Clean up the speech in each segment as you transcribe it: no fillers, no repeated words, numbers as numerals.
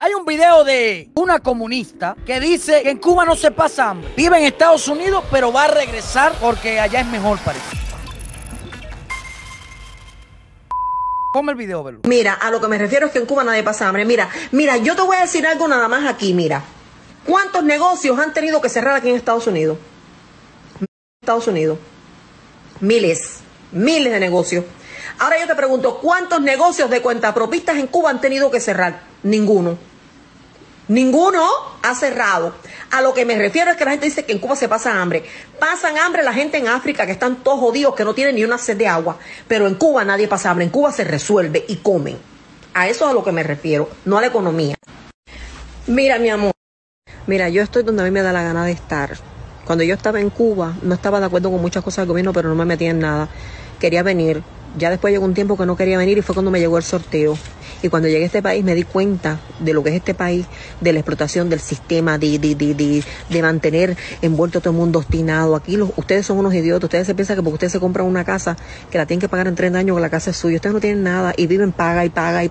Hay un video de una comunista que dice que en Cuba no se pasa hambre. Vive en Estados Unidos, pero va a regresar porque allá es mejor, parece. Ponme el video, Belu. Mira, a lo que me refiero es que en Cuba nadie pasa hambre. Mira, yo te voy a decir algo nada más aquí, mira. ¿Cuántos negocios han tenido que cerrar aquí en Estados Unidos? Miles de negocios. Ahora yo te pregunto, ¿cuántos negocios de cuentapropistas en Cuba han tenido que cerrar? Ninguno ha cerrado. A lo que me refiero es que la gente dice que en Cuba se pasa hambre. Pasan hambre la gente en África, que están todos jodidos, que no tienen ni una sed de agua. Pero en Cuba nadie pasa hambre. En Cuba se resuelve y comen. A eso es a lo que me refiero, no a la economía. Mira, mi amor. Mira, yo estoy donde a mí me da la gana de estar. Cuando yo estaba en Cuba, no estaba de acuerdo con muchas cosas del gobierno, pero no me metía en nada. Quería venir. Ya después llegó un tiempo que no quería venir y fue cuando me llegó el sorteo. Y cuando llegué a este país me di cuenta de lo que es este país, de la explotación del sistema, de mantener envuelto a todo el mundo obstinado. Aquí ustedes son unos idiotas. Ustedes se piensan que porque ustedes se compran una casa, que la tienen que pagar en 30 años, que la casa es suya. Ustedes no tienen nada y viven paga.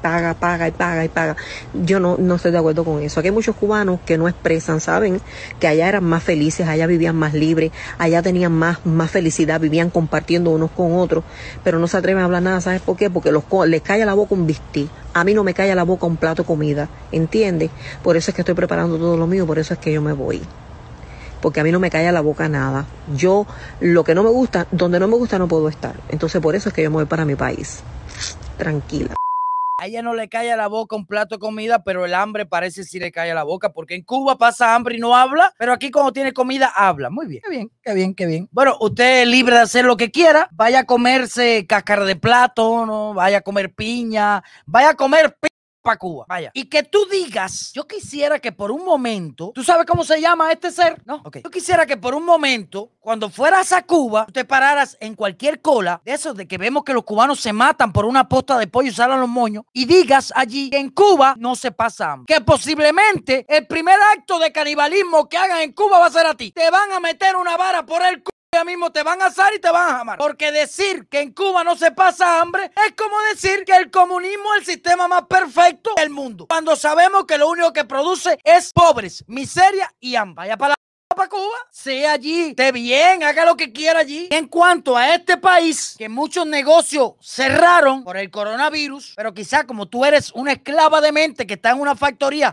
Yo no estoy de acuerdo con eso. Aquí hay muchos cubanos que no expresan, saben que allá eran más felices, allá vivían más libres, allá tenían más felicidad, vivían compartiendo unos con otros, pero no se atreven a hablar nada. ¿Sabes por qué? Porque les calla la boca un bistí. A mí no me calla la boca un plato de comida, ¿entiendes? Por eso es que estoy preparando todo lo mío, por eso es que yo me voy. Porque a mí no me calla la boca nada. Yo, lo que no me gusta, donde no me gusta no puedo estar. Entonces por eso es que yo me voy para mi país. Tranquila. A ella no le calla la boca un plato de comida, pero el hambre parece sí le calla la boca, porque en Cuba pasa hambre y no habla, pero aquí cuando tiene comida habla. Muy bien, qué bien. Bueno, usted es libre de hacer lo que quiera. Vaya a comerse cáscara de plátano, vaya a comer piña, vaya a comer para Cuba, vaya. Y que tú digas, yo quisiera que por un momento, ¿tú sabes cómo se llama este ser? No, ok. Yo quisiera que por un momento, cuando fueras a Cuba, tú te pararas en cualquier cola, de esos de que vemos que los cubanos se matan por una posta de pollo y salen los moños, y digas allí que en Cuba no se pasa hambre. Que posiblemente el primer acto de canibalismo que hagan en Cuba va a ser a ti. Te van a meter una vara por el culo. Ya mismo te van a asar y te van a jamar. Porque decir que en Cuba no se pasa hambre es como decir que el comunismo es el sistema más perfecto del mundo. Cuando sabemos que lo único que produce es pobres, miseria y hambre. Vaya para Cuba, sea allí, esté bien, haga lo que quiera allí. En cuanto a este país, que muchos negocios cerraron por el coronavirus, pero quizá como tú eres una esclava de mente que está en una factoría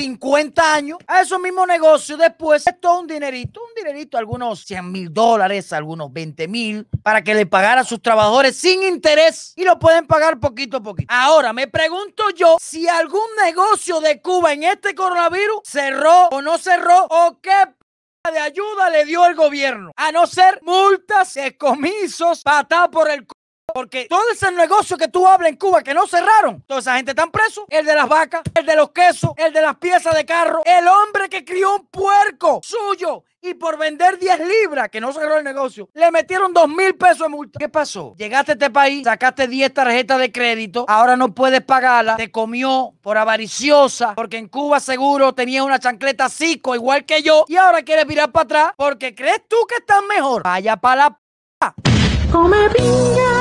50 años, a esos mismos negocios después es todo un dinerito, algunos $100,000, algunos 20,000, para que le pagara a sus trabajadores sin interés y lo pueden pagar poquito a poquito. Ahora, me pregunto yo si algún negocio de Cuba en este coronavirus cerró o no cerró o qué de ayuda le dio el gobierno, a no ser multas, decomisos, patada por el porque todo ese negocio que tú hablas en Cuba que no cerraron, toda esa gente están presos, el de las vacas, el de los quesos, el de las piezas de carro, el hombre que crió un puerco suyo y por vender 10 libras, que no cerró el negocio, le metieron 2,000 pesos de multa. ¿Qué pasó? Llegaste a este país, sacaste 10 tarjetas de crédito, ahora no puedes pagarla, te comió por avariciosa, porque en Cuba seguro tenía una chancleta cico igual que yo, y ahora quieres virar para atrás porque crees tú que estás mejor. Vaya para la p***. Come piña.